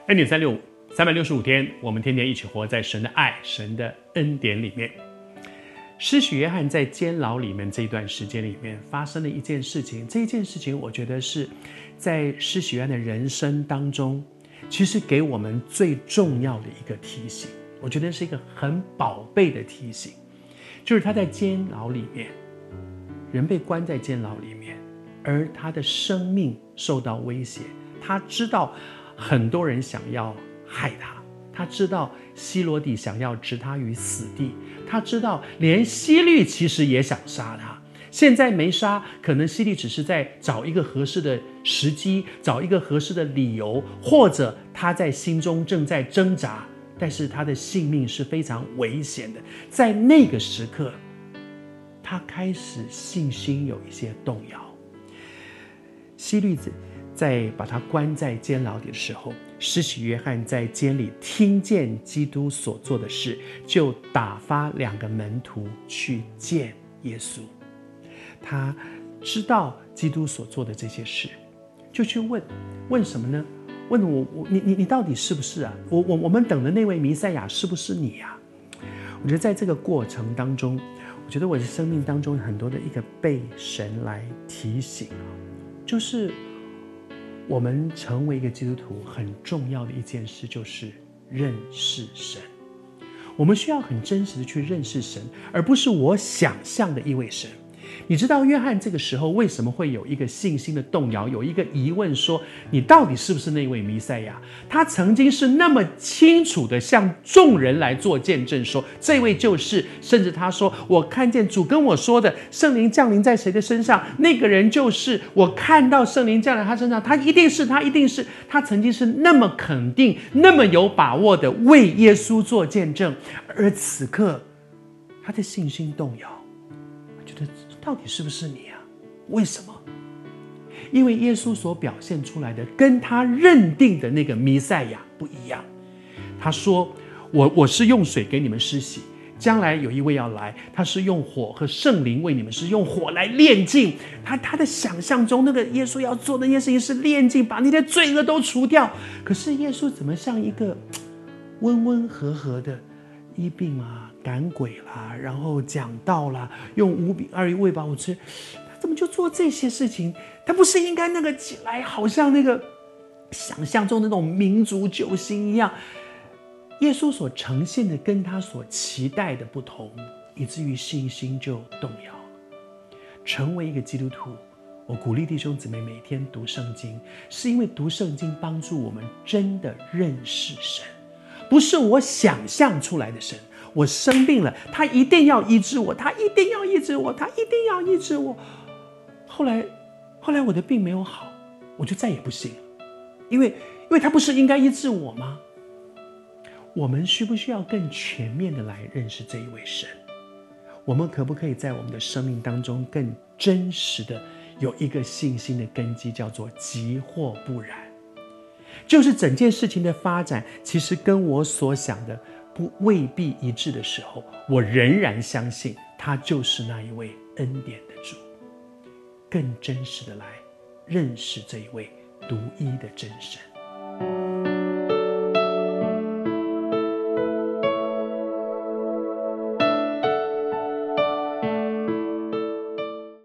恩典365 365天，我们天天一起活在神的爱、神的恩典里面。施洗约翰在监牢里面这一段时间里面发生了一件事情，这一件事情我觉得是在施洗约翰的人生当中，其实给我们最重要的一个提醒，我觉得是一个很宝贝的提醒，就是他在监牢里面，人被关在监牢里面，而他的生命受到威胁，他知道很多人想要害他，他知道希罗底想要置他于死地，他知道连希律其实也想杀他，现在没杀，可能希律只是在找一个合适的时机，找一个合适的理由，或者他在心中正在挣扎，但是他的性命是非常危险的。在那个时刻，他开始信心有一些动摇。希律在把他关在监牢里的时候，施洗约翰在监里听见基督所做的事，就打发2个门徒去见耶稣。他知道基督所做的这些事，就去问什么呢？问你到底是不是啊？我们等的那位弥赛亚是不是你啊？我觉得在这个过程当中，我觉得我的生命当中很多的一个被神来提醒，就是我们成为一个基督徒很重要的一件事，就是认识神。我们需要很真实的去认识神，而不是我想象的一位神。你知道约翰这个时候为什么会有一个信心的动摇，有一个疑问说你到底是不是那位弥赛亚？他曾经是那么清楚的向众人来做见证说这位就是，甚至他说我看见主跟我说的，圣灵降临在谁的身上，那个人就是，我看到圣灵降临他身上，他一定是，他一定是。他曾经是那么肯定，那么有把握的为耶稣做见证，而此刻他的信心动摇，我觉得到底是不是你啊？为什么？因为耶稣所表现出来的跟他认定的那个弥赛亚不一样。他说我是用水给你们施洗，将来有一位要来，他是用火和圣灵为你们施，用火来炼净。他的想象中那个耶稣要做的那件事情是炼净，把你的罪恶都除掉。可是耶稣怎么像一个温温和和的医病啊，赶鬼啦，然后讲道啦，用5饼2鱼喂饱5吃，他怎么就做这些事情？他不是应该那个起来，好像那个想象中的那种民族救星一样？耶稣所呈现的跟他所期待的不同，以至于信心就动摇。成为一个基督徒，我鼓励弟兄姊妹每天读圣经，是因为读圣经帮助我们真的认识神，不是我想象出来的神。我生病了，他一定要医治我，他一定要医治我，他一定要医治我。后来我的病没有好，我就再也不信了，因为他不是应该医治我吗？我们需不需要更全面的来认识这一位神？我们可不可以在我们的生命当中更真实的有一个信心的根基，叫做即或不然，就是整件事情的发展其实跟我所想的未必一致的时候，我仍然相信他就是那一位恩典的主，更真实的来认识这一位独一的真神。